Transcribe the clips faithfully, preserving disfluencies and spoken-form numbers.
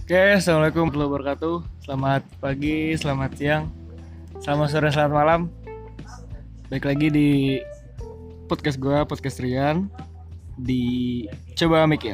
Oke, assalamualaikum warahmatullahi wabarakatuh. Selamat pagi, selamat siang, selamat sore, selamat malam. Baik lagi di podcast gue, podcast Rian di Coba Mikir.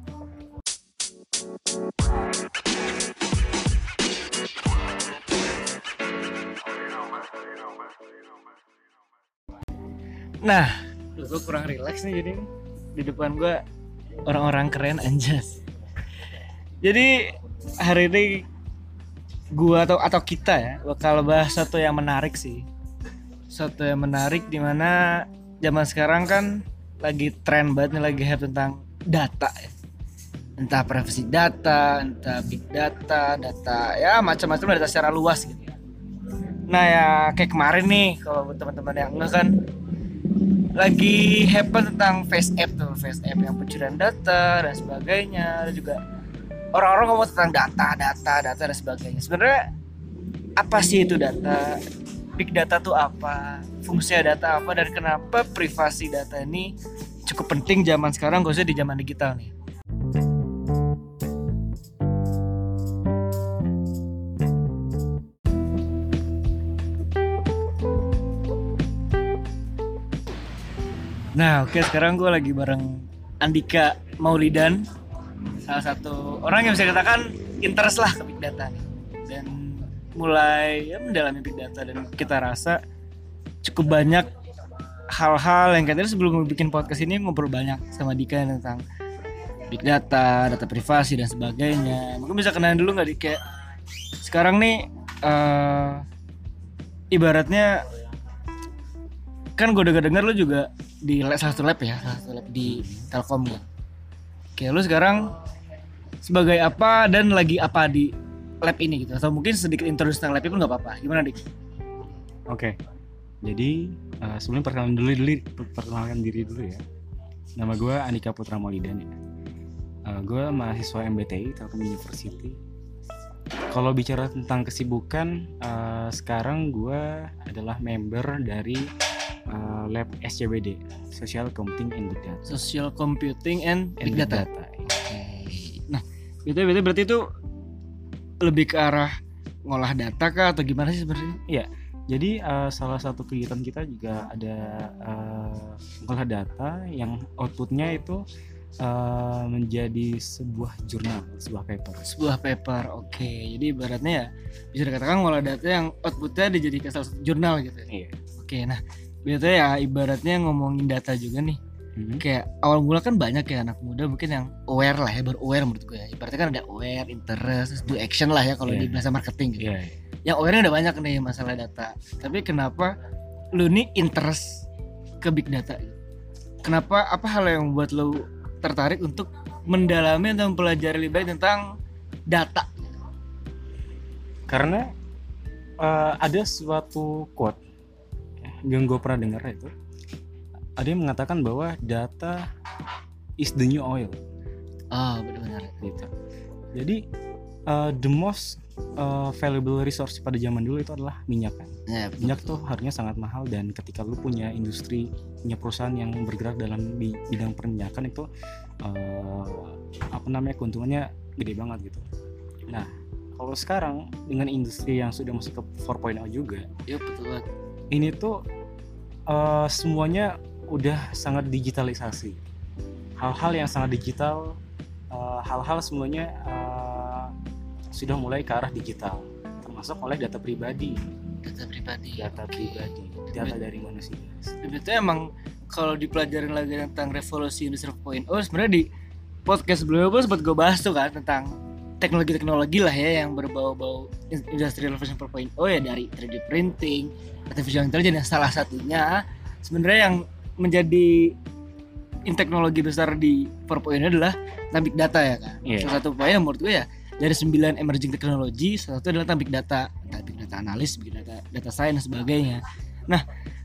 Nah, gue kurang rileks nih jadi di depan gue orang-orang keren anjas. Jadi hari ini gua atau atau kita ya bakal bahas satu yang menarik sih. Satu yang menarik di mana zaman sekarang kan lagi tren banget nih, lagi hype tentang data ya. Entah privasi data, entah big data, data ya macam-macam data secara luas gitu ya. Nah ya kayak kemarin nih kalau buat teman-teman yang enggak kan lagi hype tentang face app tuh, face app yang pencurian data dan sebagainya, dan juga orang-orang ngomong tentang data, data, data dan sebagainya. Sebenarnya apa sih itu data? Big data tuh apa? Fungsinya data apa? Dan kenapa privasi data ini cukup penting zaman sekarang, khususnya di zaman digital nih? Nah, oke, sekarang gue lagi bareng Andika Maulidan, salah satu orang yang bisa dikatakan interest lah ke big data nih, dan mulai ya mendalami big data, dan kita rasa cukup banyak hal-hal yang katanya sebelum bikin podcast ini ngobrol banyak sama Dika tentang big data, data privasi dan sebagainya. Mungkin bisa kenalan dulu nggak Dik? Kayak sekarang nih uh, ibaratnya kan gue dengar-dengar lu juga di lab, salah satu lab ya, salah satu lab di Telkom ya. Kayak lu sekarang sebagai apa dan lagi apa di lab ini gitu, atau mungkin sedikit introduksi tentang lab itu nggak apa-apa. Gimana Dik? Oke, jadi uh, sebelum perkenalan dulu, dulu perkenalkan diri dulu ya. Nama gue Andika Putra Maulidan ya. Uh, gue mahasiswa M B T I Telkom University. Kalau bicara tentang kesibukan, uh, sekarang gue adalah member dari uh, lab S C B D, Social Computing and Big Data. Social Computing and, and Big Data. data. Nah, itu berarti itu lebih ke arah ngolah data kah atau gimana sih sebenarnya? Iya. Jadi uh, salah satu kegiatan kita juga ada uh, ngolah data yang outputnya itu uh, menjadi sebuah jurnal, sebuah paper. Sebuah paper, oke. Okay. Jadi ibaratnya ya bisa dikatakan ngolah data yang outputnya dijadikan salah satu jurnal gitu. Iya. Oke, okay, nah biasanya ya ibaratnya ngomongin data juga nih. Hmm. Kayak awal mula kan banyak ya anak muda mungkin yang aware lah ya, baru aware menurut gue ya. Ibaratnya kan ada aware, interest, do action lah ya kalau yeah. di bahasa marketing gitu. Yeah. Yang aware-nya udah banyak nih masalah data. Tapi kenapa lu nih interest ke big data? Kenapa, apa hal yang membuat lu tertarik untuk mendalami atau mempelajari lebih baik tentang data? Karena uh, ada suatu quote yang gue pernah dengar itu, ada yang mengatakan bahwa data is the new oil. Ah, oh, benar-benar gitu. Jadi uh, the most uh, valuable resource pada zaman dulu itu adalah minyak kan. Ya, minyak tuh harganya sangat mahal, dan ketika lu punya industri, punya perusahaan yang bergerak dalam bidang perminyakan itu uh, apa namanya keuntungannya gede banget gitu. Nah, kalau sekarang dengan industri yang sudah masuk ke empat titik nol juga, ya betul banget. Ini tuh uh, semuanya udah sangat digitalisasi. Hal-hal yang sangat digital, uh, hal-hal semuanya uh, sudah mulai ke arah digital, termasuk oleh data pribadi. Data pribadi. Data okay. pribadi. Data dari manusia. Sebetulnya emang kalau dipelajarin lagi tentang revolusi industri empat titik nol, sebenarnya di podcast sebelumnya sempat gue bahas tuh kan tentang teknologi-teknologi lah ya yang berbau-bau industrial revolution empat titik nol ya, dari tiga D printing, artificial intelligence, dan salah satunya sebenarnya yang menjadi teknologi besar di empat titik nol adalah tentang big data ya kan. Yeah. Salah satu poin menurut gue ya dari sembilan emerging teknologi, salah satu adalah tentang big data, entah big data analis, big data, data science dan sebagainya. Nah,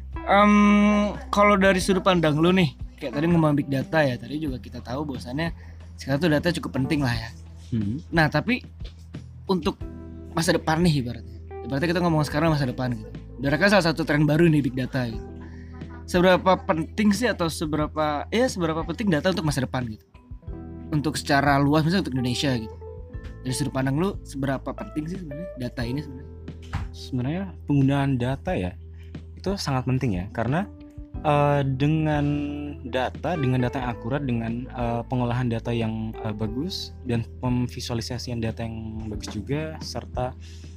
um, kalau dari sudut pandang lu nih, kayak tadi ngomong big data ya, tadi juga kita tahu bahwasannya sekarang tuh data cukup penting lah ya. Hmm. Nah, tapi untuk masa depan nih ibaratnya, ibaratnya kita ngomong sekarang masa depan gitu. Ibaratnya salah satu tren baru nih big data gitu. Seberapa penting sih atau seberapa ya seberapa penting data untuk masa depan gitu? Untuk secara luas misalnya untuk Indonesia gitu. Dari sudut pandang lu seberapa penting sih sebenarnya data ini sebenarnya? Sebenarnya penggunaan data ya itu sangat penting ya, karena uh, dengan data, dengan data yang akurat, dengan uh, pengolahan data yang uh, bagus dan pemvisualisasian data yang bagus juga, serta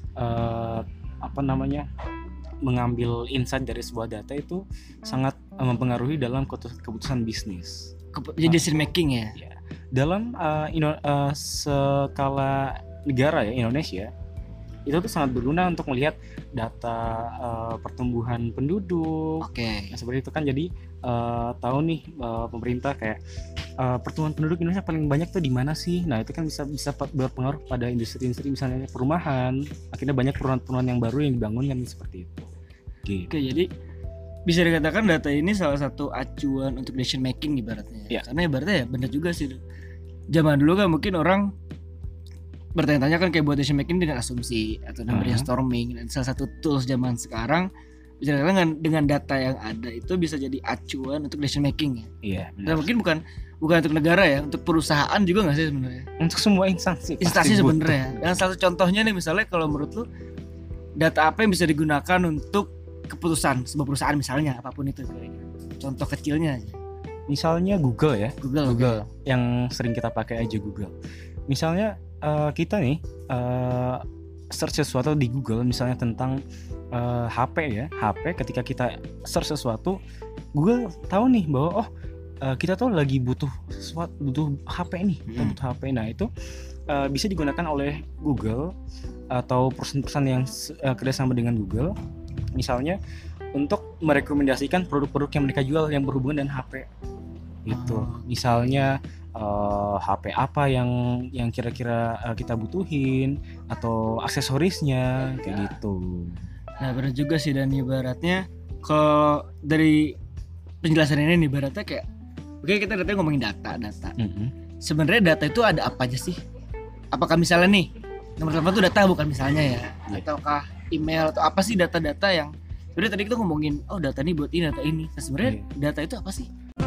uh, apa namanya mengambil insight dari sebuah data itu sangat uh, mempengaruhi dalam keputusan bisnis. Jadi decision making ya. Ya. Dalam uh, ino, uh, skala negara ya Indonesia itu tuh sangat berguna untuk melihat data uh, pertumbuhan penduduk. Oke. Okay. Nah, seperti itu kan, jadi uh, tahu nih uh, pemerintah kayak uh, pertumbuhan penduduk Indonesia paling banyak tuh di mana sih? Nah itu kan bisa bisa berpengaruh pada industri-industri misalnya perumahan. Akhirnya banyak perumahan-perumahan yang baru yang dibangun kan seperti itu. Gitu. Oke, jadi bisa dikatakan data ini salah satu acuan untuk decision making ibaratnya. Ya. Karena ibaratnya ya benar juga sih. Zaman dulu kan mungkin orang bertanya-tanya kan kayak buat decision making dengan asumsi atau dengan Uh-huh. brainstorming, dan salah satu tools zaman sekarang bisa dikatakan dengan, dengan data yang ada itu bisa jadi acuan untuk decision making ya. Iya. Dan mungkin bukan bukan untuk negara ya, untuk perusahaan juga nggak sih sebenarnya? Untuk semua instansi. Instansi sebenarnya. Dan salah satu contohnya nih misalnya kalau menurut lu data apa yang bisa digunakan untuk keputusan sebuah perusahaan misalnya apapun itu, contoh kecilnya aja. Misalnya Google ya. Google, Google okay. Yang sering kita pakai aja Google. Misalnya uh, kita nih uh, search sesuatu di Google misalnya tentang uh, H P ya, H P, ketika kita search sesuatu, Google tahu nih bahwa oh uh, kita tuh lagi butuh sesuatu, butuh H P nih, kita Hmm. butuh H P. Nah itu uh, bisa digunakan oleh Google atau perusahaan-perusahaan yang uh, kerjasama dengan Google, misalnya untuk merekomendasikan produk-produk yang mereka jual yang berhubungan dengan H P. Gitu. Oh. Misalnya uh, H P apa yang yang kira-kira uh, kita butuhin atau aksesorisnya kayak gitu. Nah benar juga sih, dan ibaratnya kalau dari penjelasan ini nih ibaratnya kayak oke kita datanya ngomongin data data. Mm-hmm. Sebenarnya data itu ada apa aja sih? Apakah misalnya nih nomor telepon itu data bukan misalnya ya? Yeah. Ataukah email atau apa sih data-data yang sebenarnya tadi kita ngomongin oh data ini buat ini data ini. Nah sebenarnya Yeah. data itu apa sih?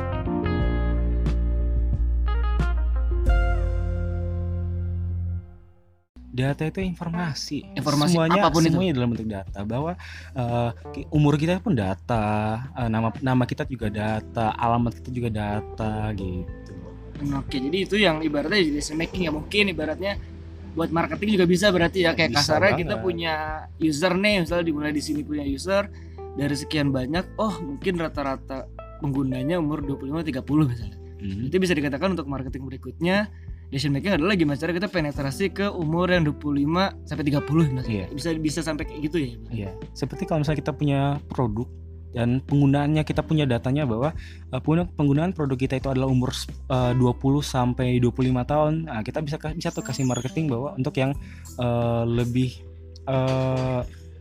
Data itu informasi, Informasi semuanya apapun itu. semuanya dalam bentuk data. Bahwa uh, umur kita pun data, uh, nama nama kita juga data, alamat kita juga data gitu. Oke, jadi itu yang ibaratnya decision making ya, mungkin ibaratnya buat marketing juga bisa berarti ya, kayak Bisa kasarnya banget. kita punya user nih, misalnya dimulai di sini punya user dari sekian banyak, oh mungkin rata-rata penggunanya umur dua puluh lima tiga puluh misalnya. Mm-hmm. Itu bisa dikatakan untuk marketing berikutnya decision making adalah gimana cara kita penetrasi ke umur yang dua puluh lima sampai tiga puluh misalnya. Iya. Bisa bisa sampai kayak gitu ya. Iya, seperti kalau misalnya kita punya produk dan penggunaannya kita punya datanya bahwa uh, penggunaan produk kita itu adalah umur uh, dua puluh sampai dua puluh lima tahun. Nah, kita bisa bisa tuh kasih marketing bahwa untuk yang uh, lebih uh,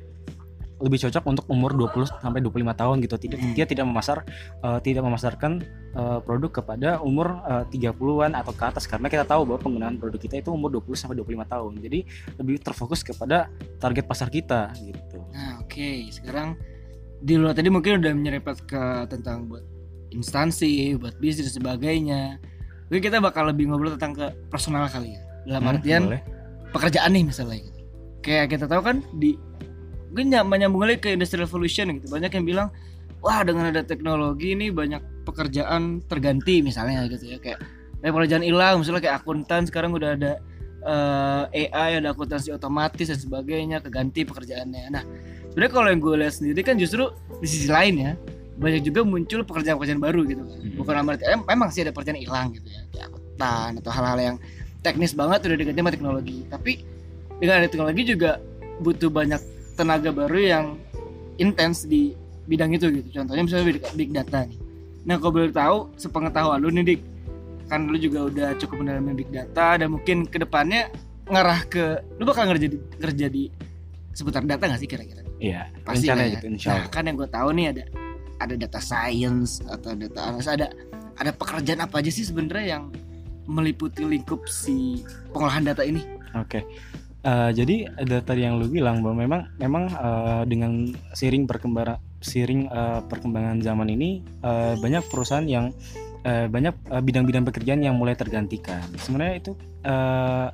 lebih cocok untuk umur dua puluh sampai dua puluh lima tahun gitu. Tidak Hmm. dia tidak memasar uh, tidak memasarkan uh, produk kepada umur uh, tiga puluhan atau ke atas, karena kita tahu bahwa penggunaan produk kita itu umur dua puluh sampai dua puluh lima tahun. Jadi lebih terfokus kepada target pasar kita gitu. Nah, oke. Okay. Sekarang di luar tadi mungkin udah menyerempet ke tentang buat instansi, buat bisnis dan sebagainya. Mungkin kita bakal lebih ngobrol tentang ke personal kali ya. Dalam Hmm, artian boleh. pekerjaan nih misalnya gitu. Kayak kita tahu kan di mungkin nyambung lagi ke Industrial Revolution gitu. Banyak yang bilang, wah dengan ada teknologi ini banyak pekerjaan terganti misalnya gitu ya. Kayak banyak pekerjaan hilang, misalnya kayak akuntan sekarang udah ada uh, A I, ada akuntansi otomatis dan sebagainya, keganti pekerjaannya. Nah sebenarnya kalau yang gue lihat sendiri kan justru di sisi lain ya, banyak juga muncul pekerjaan-pekerjaan baru gitu kan. Hmm. Bukan arti em, memang sih ada pekerjaan hilang gitu ya, kayak akuntan atau hal-hal yang teknis banget udah diganti sama teknologi. Tapi dengan ada teknologi juga butuh banyak tenaga baru yang intens di bidang itu gitu. Contohnya misalnya big, big data nih. Nah kalau boleh tahu sepengetahuan lu nih Dik, kan lu juga udah cukup mendalami big data dan mungkin kedepannya ngarah ke lu bakal kerja di, kerja di seputar data nggak sih kira-kira? Iya, Pasti rencana lah ya. gitu insya Nah Allah. kan yang gue tahu nih ada ada data science atau data analis, ada ada pekerjaan apa aja sih sebenarnya yang meliputi lingkup si pengolahan data ini? Oke. Uh, jadi ada tadi yang lu bilang bahwa memang memang uh, dengan seiring perkembangan seiring uh, perkembangan zaman ini uh, banyak perusahaan yang uh, banyak uh, bidang-bidang pekerjaan yang mulai tergantikan. Sebenarnya itu uh,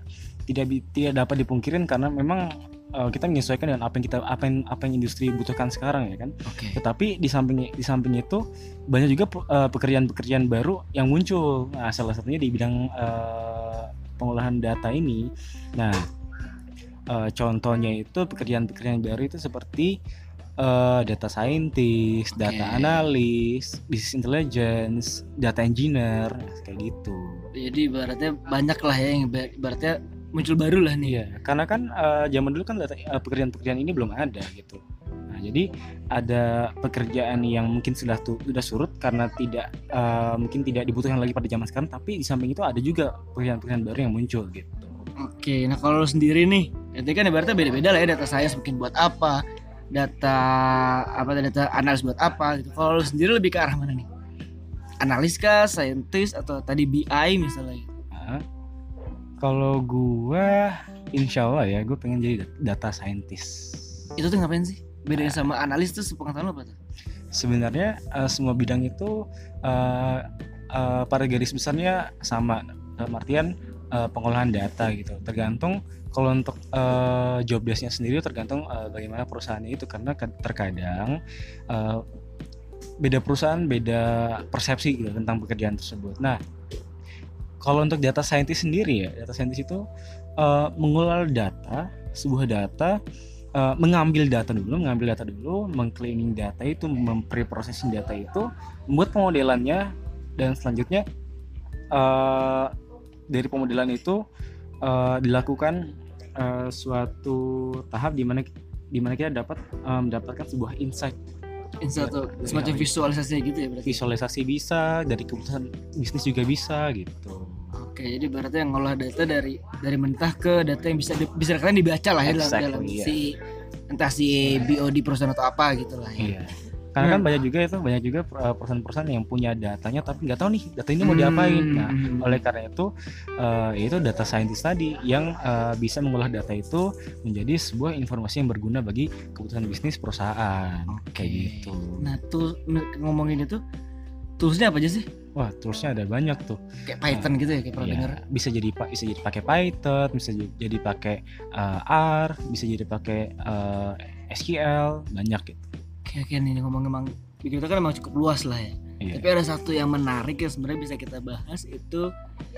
tidak tidak dapat dipungkirin karena memang uh, kita menyesuaikan dengan apa yang kita apa yang apa yang industri butuhkan sekarang ya kan. Okay. Tetapi di samping di samping itu banyak juga uh, pekerjaan-pekerjaan baru yang muncul. Nah, salah satunya di bidang uh, pengolahan data ini. Nah, uh, contohnya itu pekerjaan-pekerjaan baru itu seperti uh, data scientist, okay. data analis, business intelligence, data engineer, kayak gitu. Jadi ibaratnya banyak lah ya yang ibaratnya muncul baru lah nih. Iya, karena kan uh, zaman dulu kan data, uh, pekerjaan-pekerjaan ini belum ada gitu. Nah, jadi ada pekerjaan yang mungkin sudah tu, sudah surut karena tidak uh, mungkin tidak dibutuhkan lagi pada zaman sekarang, tapi di samping itu ada juga pekerjaan-pekerjaan baru yang muncul gitu. Oke, nah kalau lo sendiri nih, nanti kan ibaratnya beda-beda lah ya, data science mungkin buat apa, data apa data analis buat apa gitu. Kalau lo sendiri lebih ke arah mana nih? Analis kah, scientist atau tadi B I misalnya? Nah, kalau gua insya Allah ya, gue pengen jadi data scientist. Itu tuh ngapain sih? Bedanya sama analis tuh sepengetahuan lo apa tuh? Sebenarnya uh, semua bidang itu uh, uh, pada garis besarnya sama, dalam artian uh, pengolahan data gitu. Tergantung kalau untuk uh, job desk-nya sendiri tergantung uh, bagaimana perusahaannya itu, karena terkadang uh, beda perusahaan beda persepsi gitu tentang pekerjaan tersebut. Nah, kalau untuk data scientist sendiri ya, data scientist itu uh, mengolah data, sebuah data. Uh, mengambil data dulu, mengambil data dulu, mengcleaning data itu, mempreprocessing data itu, membuat pemodelannya, dan selanjutnya uh, dari pemodelan itu uh, dilakukan uh, suatu tahap di mana di mana kita dapat uh, mendapatkan sebuah insight. Insight atau semacam visualisasi gitu ya berarti. Visualisasi bisa, dari keputusan bisnis juga bisa gitu. Oke, jadi berarti yang ngolah data dari dari mentah ke data yang bisa bisa kalian dibaca lah ya exactly, dalam, dalam yeah. si entah si B O di perusahaan atau apa gitu lah ya. Iya. Karena kan banyak juga itu banyak juga perusahaan-perusahaan yang punya datanya tapi nggak tahu nih data ini mau diapain. Nah, oleh karena itu uh, itu data scientist tadi yang uh, bisa mengolah data itu menjadi sebuah informasi yang berguna bagi keputusan bisnis perusahaan. Okay. Kayak gitu. Nah, tuh ngomongin itu toolsnya apa aja sih? Wah, toolsnya ada banyak tuh. Kayak Python nah, gitu ya, kayak pernah iya, dengar. Bisa jadi bisa jadi pakai Python, bisa jadi pakai uh, R, bisa jadi pakai uh, S Q L, banyak gitu. Oke, oke nih ngomong emang kita kan emang cukup luas lah ya. Iya. Tapi ada satu yang menarik yang sebenarnya bisa kita bahas itu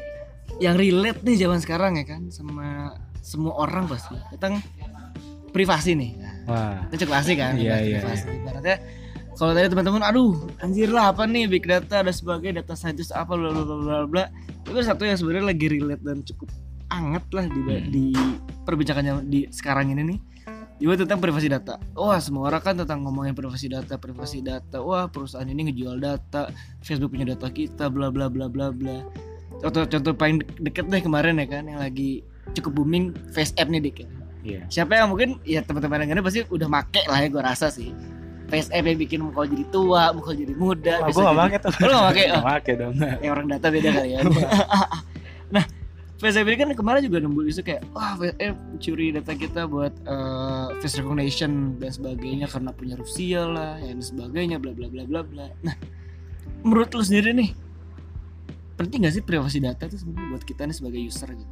yang relate nih zaman sekarang ya kan sama semua orang pasti. Tentang privasi nih. Nah, wah. Itu cukup asik kan? Iya, iya, privasi. Ibaratnya kalau tadi teman-teman, aduh, anjir lah apa nih big data dan sebagainya, data scientist apa bla bla bla bla. Itu satu yang sebenarnya lagi relate dan cukup hangat lah di hmm. di perbincangannya di sekarang ini nih. Juga tentang privasi data. Wah, semua orang kan tentang ngomongin privasi data, privasi data. Wah, perusahaan ini ngejual data, Facebook punya data kita, bla bla bla bla bla. Contoh-contoh paling deket deh kemarin ya kan, yang lagi cukup booming FaceApp nih Dik. Yeah. Siapa yang mungkin ya teman-teman yang ini pasti udah make lah ya, gue rasa sih. FaceApp yang bikin muka jadi tua, muka jadi muda. Oh, gue gak make tuh. Lo gak make? Gak make dong. Ya orang data beda kali ya. Nah, FaceApp ini kan kemarin juga nembul isu kayak wah FaceApp curi data kita buat uh, face recognition dan sebagainya karena punya Rusia lah dan sebagainya bla bla bla bla bla. Nah, menurut lo sendiri nih penting gak sih privasi data itu sebenarnya buat kita nih sebagai user gitu?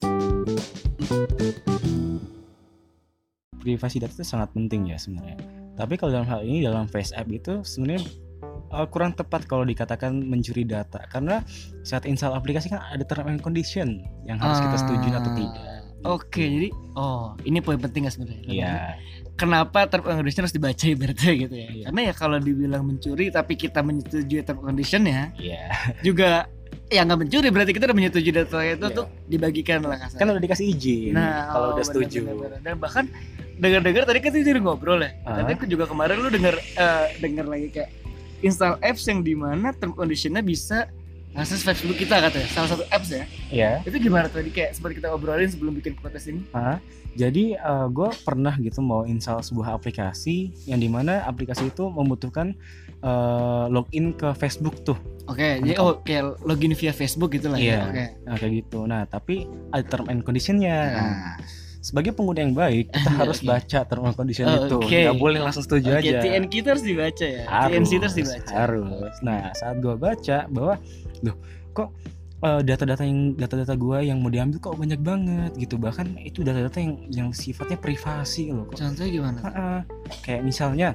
Privasi data itu sangat penting ya sebenarnya. Tapi kalau dalam hal ini dalam FaceApp itu sebenarnya uh, kurang tepat kalau dikatakan mencuri data, karena saat install aplikasi kan ada term and condition yang harus ah, kita setujui atau tidak. Oke, okay, jadi oh ini poin penting ya sebenarnya. Iya. Kenapa term and condition harus dibaca ibaratnya gitu ya? Yeah. Karena ya kalau dibilang mencuri tapi kita menyetujui term and condition ya, yeah. juga ya nggak mencuri, berarti kita udah menyetujui data itu yeah. tuh dibagikan lah kasar. Kan udah dikasih izin. Nah, kalau oh, udah setuju. Bener, bener, bener. Dan bahkan dengar-dengar tadi kan jadi ngobrol ya. Uh-huh. Tapi aku juga kemarin lu dengar uh, dengar lagi kayak install apps yang dimana term conditionnya bisa akses Facebook kita katanya, salah satu apps ya. Iya. Yeah. Itu gimana tadi kayak seperti kita obrolin sebelum bikin podcast ini? Uh-huh. Jadi uh, gue pernah gitu mau install sebuah aplikasi yang dimana aplikasi itu membutuhkan uh, login ke Facebook tuh. Oke, okay, jadi oh kayak login via Facebook gitu lah yeah. ya. Oke. Okay. Nah, kayak gitu. Nah, tapi ada term and conditionnya. Nah. Sebagai pengguna yang baik, kita harus okay. baca term and condition oh, itu. Okay. Gak boleh langsung setuju okay, aja. T N kita harus dibaca ya. Harus, T N C harus dibaca. Harus. Nah, saat gue baca bahwa, loh, kok uh, data-data yang data-data gue yang mau diambil kok banyak banget gitu, bahkan itu data-data yang yang sifatnya privasi loh kok. Contohnya gimana? Uh-uh. Kayak misalnya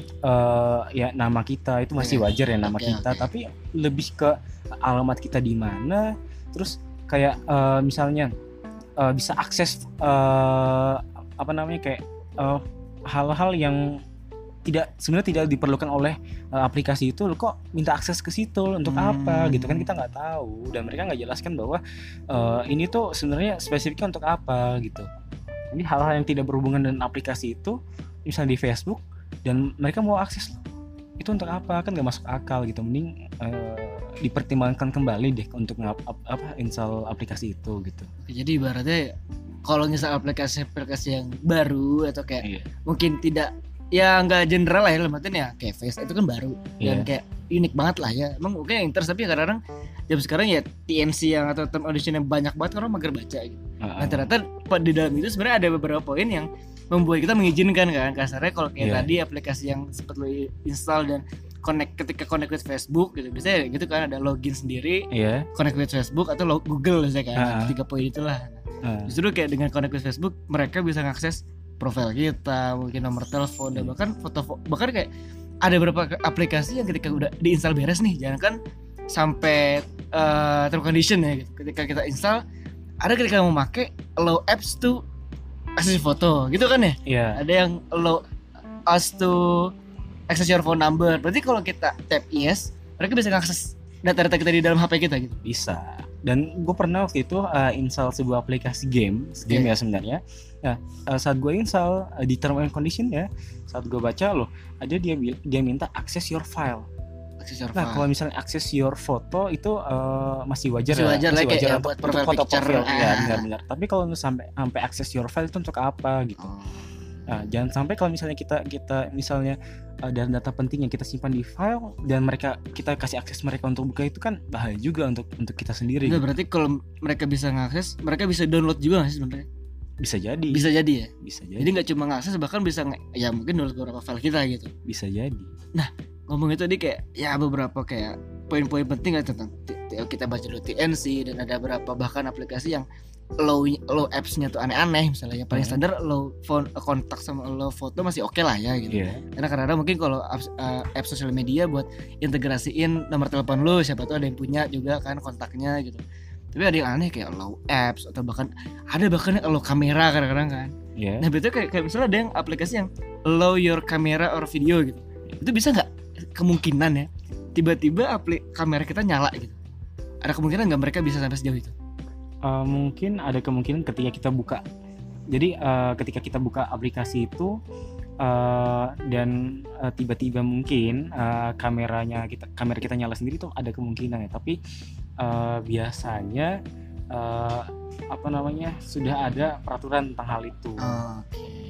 uh, ya nama kita itu masih wajar ya nama okay, kita, okay. tapi lebih ke alamat kita di mana, terus kayak uh, misalnya uh, bisa akses uh, apa namanya kayak uh, hal-hal yang tidak sebenarnya tidak diperlukan oleh uh, aplikasi itu, lo kok minta akses ke situ untuk hmm. apa gitu kan, kita nggak tahu dan mereka nggak jelaskan bahwa uh, ini tuh sebenarnya spesifiknya untuk apa gitu. Ini hal-hal yang tidak berhubungan dengan aplikasi itu, misalnya di Facebook, dan mereka mau akses itu untuk apa, kan nggak masuk akal gitu. Mending uh, dipertimbangkan kembali deh untuk ngap, apa install aplikasi itu gitu. Jadi ibaratnya kalau install aplikasi-aplikasi yang baru atau kayak iya. mungkin tidak ya nggak general lah ya, maksudnya ya kayak Face itu kan baru yeah. dan kayak unik banget lah ya. Emang oke yang terus, tapi kadang-kadang jam sekarang ya T N C yang atau term audition yang banyak banget orang mager baca gitu. Uh-huh. Nah ternyata di dalam itu sebenarnya ada beberapa poin yang membuat kita mengizinkan kan, kasarnya kalau kayak yeah. tadi aplikasi yang sempat lo install dan connect ketika connect with Facebook gitu, biasanya gitu kan ada login sendiri, yeah. connect with Facebook atau lo- Google biasanya kan, uh-huh. tiga poin itulah. Nah, uh-huh. justru kayak dengan connect with Facebook mereka bisa mengakses profil kita, mungkin nomor telepon, dan bahkan foto, bahkan kayak ada beberapa aplikasi yang ketika udah diinstal beres nih, jangan kan sampai uh, term condition ya gitu. Ketika kita install, ada ketika mau pakai allow apps to access foto, gitu kan ya? Yeah. Ada yang allow us to access your phone number. Berarti kalau kita tap yes, mereka bisa ngakses data-data kita di dalam H P kita gitu. Bisa. Dan gue pernah waktu itu uh, install sebuah aplikasi game, game yeah. ya sebenarnya. Nah, uh, saat gue install uh, di term and condition ya, saat gue baca loh, ada dia dia minta access your file. Access your nah, file. kalau misalnya access your foto itu uh, masih wajar masih wajar, ya, masih like wajar ya, untuk, buat untuk foto profil ah. ya, benar-benar. Tapi kalau sampai sampai access your file itu untuk apa gitu? Oh. Nah, jangan sampai kalau misalnya kita kita misalnya uh, dan data penting yang kita simpan di file dan mereka kita kasih akses mereka untuk buka, itu kan bahaya juga untuk untuk kita sendiri. Nah, gitu. Berarti kalau mereka bisa ngakses, mereka bisa download juga nggak sih sebenarnya? Bisa jadi. Bisa jadi ya. Bisa jadi. Jadi nggak cuma ngakses, bahkan bisa nge- ya mungkin download beberapa file kita gitu. Bisa jadi. Nah, ngomong itu tadi kayak ya beberapa kayak poin-poin penting lah tentang kita baca dulu T N C, dan ada beberapa bahkan aplikasi yang low low apps-nya tuh aneh-aneh, misalnya paling hmm. standar low phone kontak sama low foto masih oke okay lah ya gitu. Yeah. Karena kadang-kadang mungkin kalau apps, uh, apps sosial media buat integrasiin nomor telepon lo, siapa tuh ada yang punya juga kan kontaknya gitu. Tapi ada yang aneh kayak low apps, atau bahkan ada bahkan yang low kamera kadang-kadang kan. Yeah. Nah betul kayak, kayak misalnya ada yang aplikasi yang low your camera or video gitu. Itu bisa nggak kemungkinan ya tiba-tiba aplik kamera kita nyala gitu? Ada kemungkinan nggak mereka bisa sampai sejauh itu? Uh, mungkin ada kemungkinan ketika kita buka. Jadi uh, ketika kita buka aplikasi itu uh, dan uh, tiba-tiba mungkin uh, kameranya kita kamera kita nyala sendiri, tuh ada kemungkinan ya. Tapi uh, biasanya uh, apa namanya sudah ada peraturan tentang hal itu. Oh,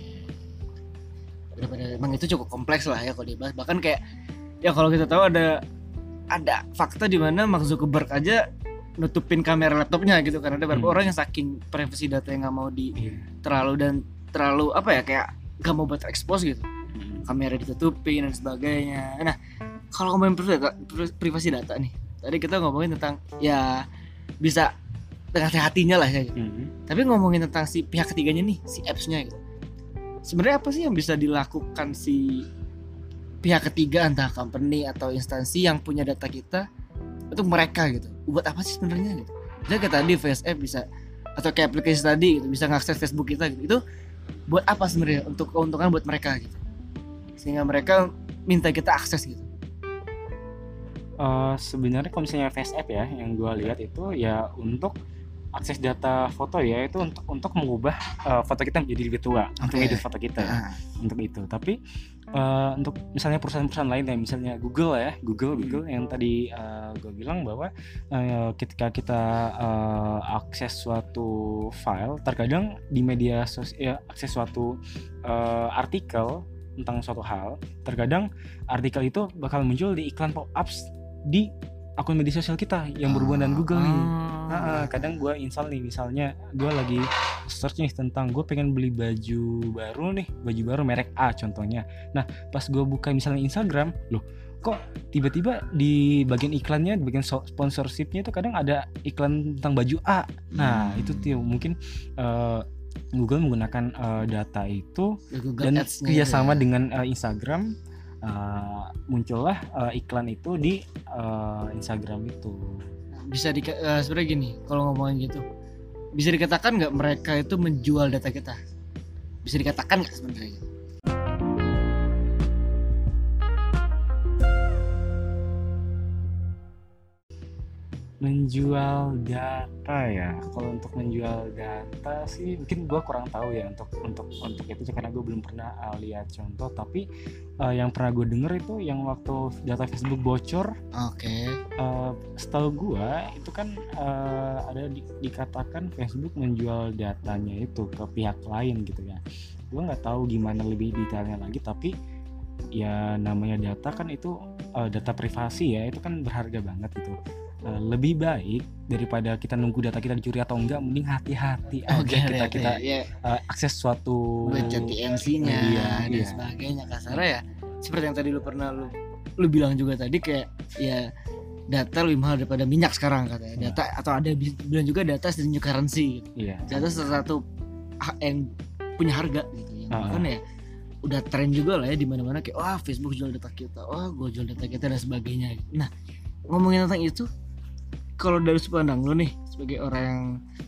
oke. Okay. Emang itu cukup kompleks lah ya kalau dibahas. Bahkan kayak ya kalau kita tahu ada ada fakta di mana Mark Zuckerberg aja nutupin kamera laptopnya gitu, karena ada beberapa hmm. orang yang saking privasi data yang nggak mau di yeah. terlalu dan terlalu apa ya kayak nggak mau buat expose gitu, hmm. kamera ditutupin dan sebagainya. Nah kalau ngomongin privasi data, privasi data nih, tadi kita ngomongin tentang ya bisa dengan hati-hatinya lah ya gitu. hmm. Tapi ngomongin tentang si pihak ketiganya nih, si apps-nya gitu, sebenarnya apa sih yang bisa dilakukan si pihak ketiga, entah company atau instansi yang punya data kita untuk mereka gitu? Buat apa sih sebenarnya gitu? Jadi kayak tadi Face App bisa, atau kayak aplikasi tadi gitu, bisa ngakses Facebook kita gitu. Itu buat apa sebenarnya? Untuk keuntungan buat mereka gitu, sehingga mereka minta kita akses gitu. Uh, sebenarnya kalau misalnya Face App ya, yang gue lihat itu ya untuk akses data foto ya, itu untuk untuk mengubah uh, foto kita menjadi lebih tua, okay. untuk edit foto kita ya, uh. untuk itu. Tapi uh, untuk misalnya perusahaan-perusahaan lain ya, misalnya Google ya, Google hmm. Google yang tadi uh, gue bilang bahwa uh, ketika kita uh, akses suatu file, terkadang di media sosial ya, akses suatu uh, artikel tentang suatu hal, terkadang artikel itu bakal muncul di iklan pop-ups di akun media sosial kita yang berhubungan dengan Google nih. Nah, kadang gue install nih, misalnya gue lagi search nih tentang gue pengen beli baju baru nih, baju baru merek A contohnya. Nah pas gue buka misalnya Instagram, loh kok tiba-tiba di bagian iklannya, di bagian sponsorshipnya itu kadang ada iklan tentang baju A. Nah hmm. itu tuh mungkin uh, Google menggunakan uh, data itu Google dan kerjasama ya. dengan uh, Instagram, uh, muncullah uh, iklan itu di uh, Instagram itu. Bisa di uh, sebenarnya gini, kalau ngomongin gitu, bisa dikatakan nggak mereka itu menjual data kita? Bisa dikatakan nggak sebenarnya? Menjual data ya, kalau untuk menjual data sih mungkin gue kurang tahu ya untuk untuk untuk itu karena gue belum pernah uh, lihat contoh. Tapi uh, yang pernah gue denger itu yang waktu data Facebook bocor. Oke. Okay. Uh, setahu gue itu kan uh, ada di, dikatakan Facebook menjual datanya itu ke pihak lain gitu ya. Gue nggak tahu gimana lebih detailnya lagi, tapi ya namanya data kan itu uh, data privasi ya, itu kan berharga banget gitu. Uh, lebih baik daripada kita nunggu data kita dicuri atau enggak, mending hati-hati aja okay, kita hati, kita ya. uh, akses suatu baca T N C-nya uh, iya, dan iya. sebagainya. Kasarnya ya seperti yang tadi lu pernah lu lu bilang juga tadi, kayak ya data lebih mahal daripada minyak sekarang katanya. Data yeah. atau ada bilang juga data is the new currency gitu. Yeah. Data salah satu yang punya harga gitu. Yang uh-huh. bahkan ya udah tren juga lah ya di mana-mana, kayak wah Facebook jual data kita, wah gue jual data kita dan sebagainya. Nah, ngomongin tentang itu, kalau dari sudut pandang lo nih sebagai orang yang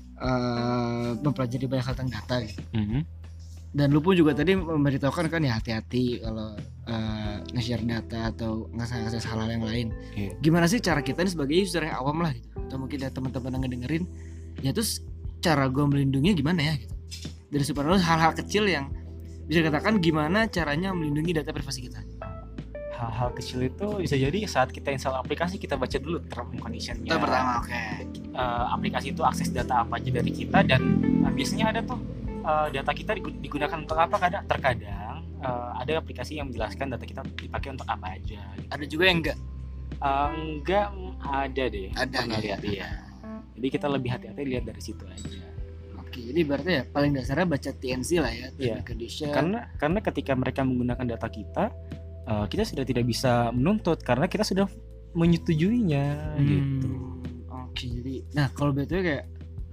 uh, mempelajari banyak hal tentang data gitu. Mm-hmm. Dan lu pun juga tadi memberitahukan kan ya hati-hati kalau uh, nge-share data atau nge-akses hal-hal yang lain. Yeah. Gimana sih cara kita nih sebagai user yang awam lah gitu, atau mungkin ada teman-teman yang ngedengerin, ya terus cara gue melindunginya gimana ya gitu. Dari sudut pandang hal-hal kecil yang bisa dikatakan gimana caranya melindungi data privasi kita. Hal-hal kecil itu bisa jadi saat kita install aplikasi, kita baca dulu term and condition-nya. Itu pertama, oke. Okay. Uh, aplikasi itu akses data apa aja dari kita, dan uh, biasanya ada tuh uh, data kita digunakan untuk apa. Kadang terkadang uh, ada aplikasi yang menjelaskan data kita dipakai untuk apa aja. Gitu. Ada juga yang enggak? Uh, enggak ada deh. Ada ya. Lihat ya. Jadi kita lebih hati-hati lihat dari situ aja. Oke, jadi berarti ya paling dasarnya baca T N C lah ya, yeah. condition. Karena karena ketika mereka menggunakan data kita, Uh, kita sudah tidak bisa menuntut karena kita sudah menyetujuinya hmm, gitu. Oke, jadi nah kalau betul kayak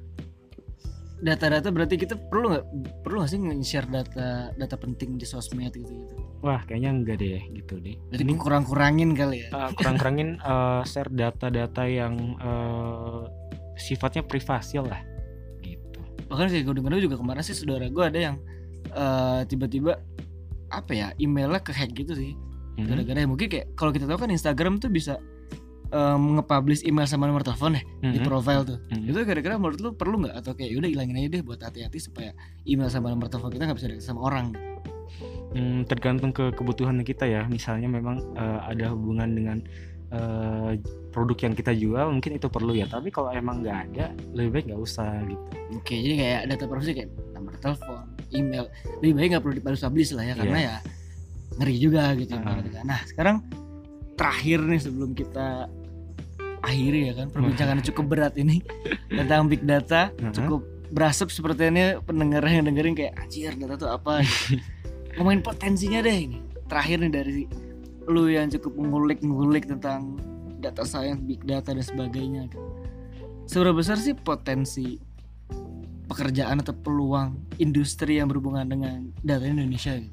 data-data berarti kita perlu nggak perlu nggak sih nge-share data data penting di sosmed gitu gitu? Wah, kayaknya enggak deh gitu deh. Jadi ini kurang-kurangin kali ya. Uh, kurang-kurangin uh, share data-data yang uh, sifatnya privasi lah gitu. Bahkan kayak gue dengar juga kemarin sih saudara gue ada yang uh, tiba-tiba apa ya emailnya ke hack gitu sih, mm-hmm. gara-gara ya mungkin kayak kalau kita tahu kan Instagram tuh bisa um, nge-publish email sama nomor telepon ya, mm-hmm. di profile tuh, mm-hmm. itu kira-kira menurut lu perlu nggak, atau kayak udah hilangin aja deh buat hati-hati supaya email sama nomor telepon kita nggak bisa deket sama orang? Hmm, tergantung ke kebutuhan kita ya. Misalnya memang uh, ada hubungan dengan uh, produk yang kita jual, mungkin itu perlu ya. Tapi kalau emang nggak ada, lebih baik nggak usah gitu. Oke, jadi kayak data privasi kayak nomor telepon, email, lebih baik nggak perlu dipublish lah ya, karena yeah. ya ngeri juga gitu. Uh-huh. Nah sekarang terakhir nih sebelum kita akhiri ya kan perbincangan cukup berat ini tentang big data, uh-huh. cukup berasap seperti ini pendengar yang dengerin kayak anjir data tuh apa gitu. Ngomongin potensinya deh ini terakhir nih dari lu yang cukup mengulik-ngulik tentang data science, big data dan sebagainya gitu. Seberapa besar sih potensi pekerjaan atau peluang industri yang berhubungan dengan data Indonesia gitu?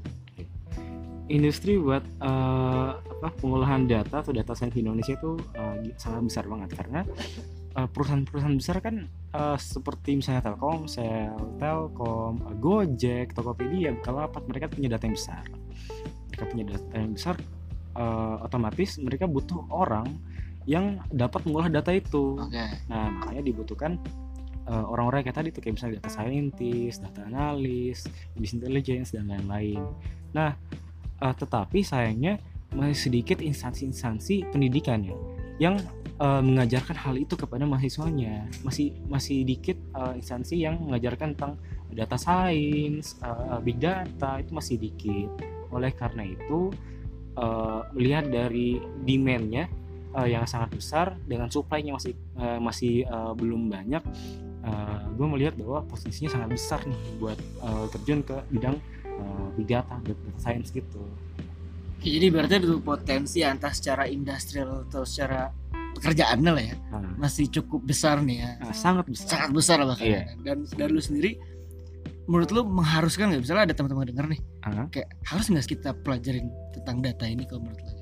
Industri buat uh, apa pengolahan data atau data science di Indonesia itu uh, sangat besar banget, karena uh, perusahaan-perusahaan besar kan uh, seperti misalnya Telkomsel, Telkom, uh, Gojek, Tokopedia, Bukalapak, mereka punya data yang besar. Mereka punya data yang besar, uh, otomatis mereka butuh orang yang dapat mengolah data itu. Okay. Nah makanya dibutuhkan Uh, orang-orang kayak tadi tuh, kayak misalnya data scientist, data analis, business intelligence dan lain-lain. Nah, uh, tetapi sayangnya masih sedikit instansi-instansi pendidikan ya yang uh, mengajarkan hal itu kepada mahasiswanya. Masih masih dikit uh, instansi yang mengajarkan tentang data science, uh, big data, itu masih dikit. Oleh karena itu, uh, melihat dari demand-nya uh, yang sangat besar dengan supply-nya masih uh, masih uh, belum banyak. Uh, gue melihat bahwa posisinya sangat besar nih buat uh, terjun ke bidang uh, big data, data science gitu. Jadi berarti itu potensi entah secara industrial atau secara pekerjaannya lah ya, hmm. masih cukup besar nih ya. Nah, sangat besar. Sangat besar bahkan. Iya. Dan dari lu sendiri, menurut lu mengharuskan nggak? Misalnya ada teman-teman denger nih, uh-huh. kayak harus nggak kita pelajarin tentang data ini kalau menurut lu?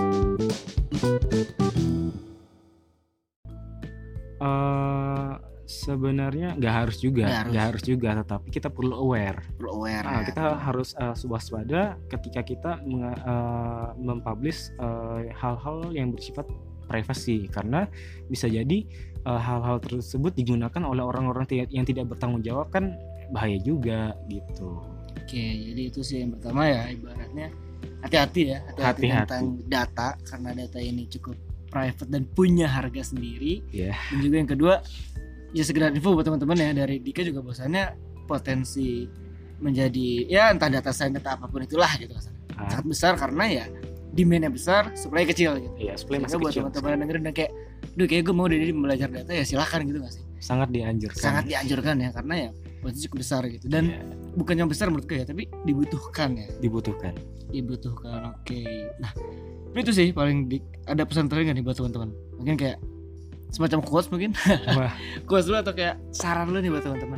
Uh, sebenarnya nggak harus juga, nggak harus. harus juga, tetapi kita perlu aware. Perlu aware. Nah, ya. Kita harus uh, waspada ketika kita meng- uh, mempublish uh, hal-hal yang bersifat privasi, karena bisa jadi uh, hal-hal tersebut digunakan oleh orang-orang t- yang tidak bertanggung jawab, kan bahaya juga gitu. Oke, jadi itu sih yang pertama ya, ibaratnya hati-hati ya, hati-hati, hati-hati. tentang data, karena data ini cukup private dan punya harga sendiri. Yeah. Dan juga yang kedua, ya sekedar info buat teman-teman ya, dari Dika juga bahwasannya potensi menjadi ya entah data science atau apapun itulah gitu ah. sangat besar, karena ya demand-nya besar, supply kecil gitu. Iya, supply masih buat kecil. Buat teman-teman yang dengerin dan kayak, duh kayak gue mau dari belajar data ya silahkan gitu nggak sih? Sangat dianjurkan. Sangat dianjurkan ya, karena ya potensi cukup besar gitu. Dan yeah. bukan yang besar menurut gue ya, tapi dibutuhkan ya. Dibutuhkan. Dibutuhkan, oke. Okay. Nah, itu sih paling di, ada pesan terakhir nggak nih buat teman-teman? Mungkin kayak semacam quotes mungkin. Wah. Quotes dulu atau kayak saran lu nih buat teman-teman?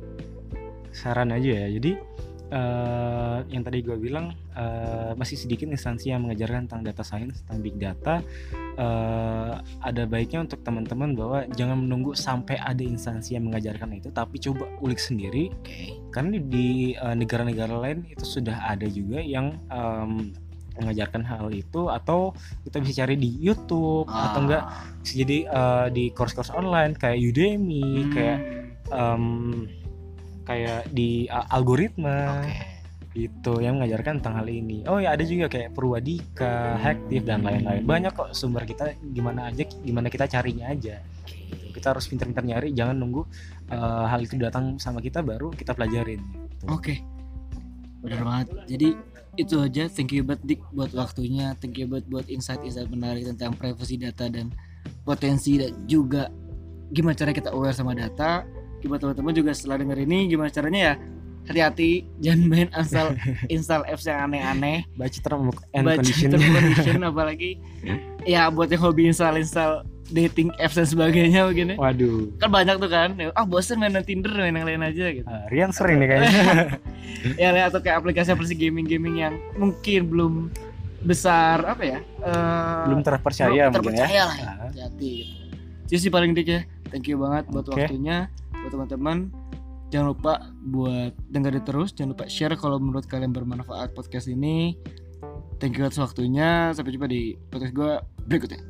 Saran aja ya. Jadi Uh, yang tadi gue bilang uh, masih sedikit instansi yang mengajarkan tentang data science, tentang big data. Uh, ada baiknya untuk teman-teman bahwa jangan menunggu sampai ada instansi yang mengajarkan itu, tapi coba ulik sendiri. Okay. Karena di, di uh, negara-negara lain itu sudah ada juga yang um, mengajarkan hal itu, atau kita bisa cari di YouTube ah. atau enggak bisa jadi uh, di course-course online kayak Udemy, hmm. kayak um, kayak di uh, algoritma okay. gitu yang mengajarkan tentang hal ini. Oh ya, ada juga kayak Purwadika, Hektif dan lain-lain. Banyak kok sumber, kita gimana aja, gimana kita carinya aja. Gitu. Kita harus pintar-pintar nyari, jangan nunggu uh, hal itu datang sama kita baru kita pelajarin. Gitu. Oke, okay. Benar banget. Jadi itu aja. Thank you buat Dik buat waktunya. Thank you buat buat insight-insight menarik tentang privacy data dan potensi, dan juga gimana cara kita aware sama data. Buat teman-teman juga setelah denger ini, gimana caranya ya, hati-hati, jangan main asal install apps yang aneh-aneh, baca term and baca condition, term condition apalagi ya buat yang hobi install-install dating apps dan sebagainya begini. Waduh, kan banyak tuh kan, ah bosan main Tinder, main yang lain aja gitu. uh, Rian sering nih kayaknya. Ya atau kayak aplikasi-aplikasi gaming-gaming yang mungkin belum besar apa ya, uh, belum terpercaya, belum mungkin terpercaya ya. lah, ya. Hati-hati gitu. Jadi sih paling dik ya, thank you banget buat okay. waktunya. Buat teman-teman, jangan lupa buat dengerin terus, jangan lupa share kalau menurut kalian bermanfaat podcast ini. Thank you atas waktunya, sampai jumpa di podcast gue berikutnya.